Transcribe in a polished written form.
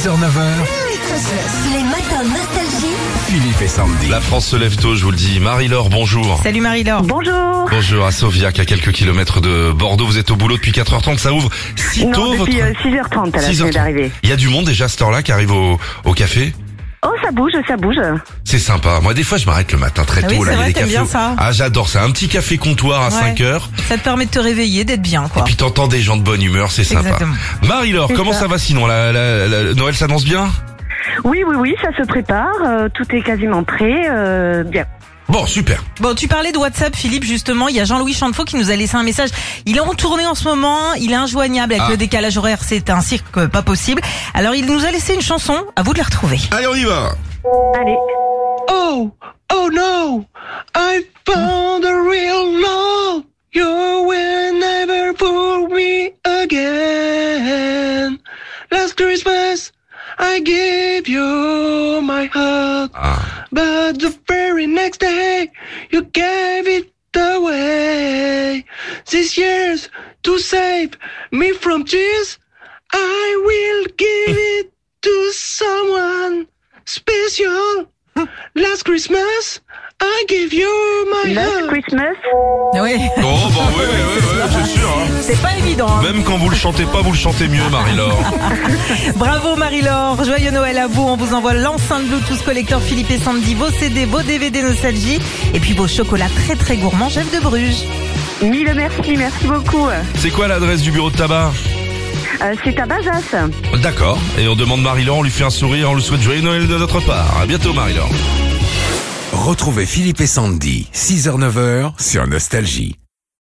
6h-9h, Les matins nostalgie. Philippe et Sandy. La France se lève tôt, je vous le dis. Marie-Laure, bonjour. Salut Marie-Laure. Bonjour. Bonjour à Sauviac, à quelques kilomètres de Bordeaux. Vous êtes au boulot depuis 4h30, ça ouvre si tôt Non, depuis votre... 6h30 à la 6h30. semaine d'arrivée. Il y a du monde déjà à cette heure-là qui arrive au café. Oh, ça bouge. C'est sympa. Moi, des fois, je m'arrête le matin très Ah tôt. oui, là, c'est il y a vrai, des t'aimes cafés bien où- ça. Ah, j'adore ça. Un petit café comptoir à Ouais. 5h. Ça te permet de te réveiller, d'être bien, quoi. Et puis t'entends des gens de bonne humeur, c'est sympa. Exactement. Marie-Laure, comment ça va sinon Noël s'annonce bien? Oui, ça se prépare. Tout est quasiment prêt. Bien. Bon, super. Bon, tu parlais de WhatsApp, Philippe, justement. Il y a Jean-Louis Chantefaux qui nous a laissé un message. Il est en tournée en ce moment. Il est injoignable avec le décalage horaire. C'est un cirque pas possible. Alors, il nous a laissé une chanson. À vous de la retrouver. Allez, on y va. Allez. Oh no, I found a real love. You will never fool me again. Last Christmas, I gave you my heart. But the very next day, you gave it away. This year's to save me from tears, I will give it to someone special. Last Christmas, I gave you my Last heart. Christmas. Oui. Oh, bah oui, c'est sûr. Hein. C'est pas évident. Hein. Même quand vous le chantez pas, vous le chantez mieux, Marie-Laure. Bravo Marie-Laure. Joyeux Noël à vous. On vous envoie l'enceinte Bluetooth collector Philippe et Sandy, vos CD, vos DVD nostalgie. Et puis vos chocolats très très gourmands, Jeff de Bruges. Mille merci beaucoup. C'est quoi l'adresse du bureau de tabac? C'est à Bazas. D'accord. Et on demande Marie-Laure, on lui fait un sourire, on lui souhaite joyeux Noël de notre part. À bientôt, Marie-Laure. Retrouvez Philippe et Sandy, 6h-9h sur Nostalgie.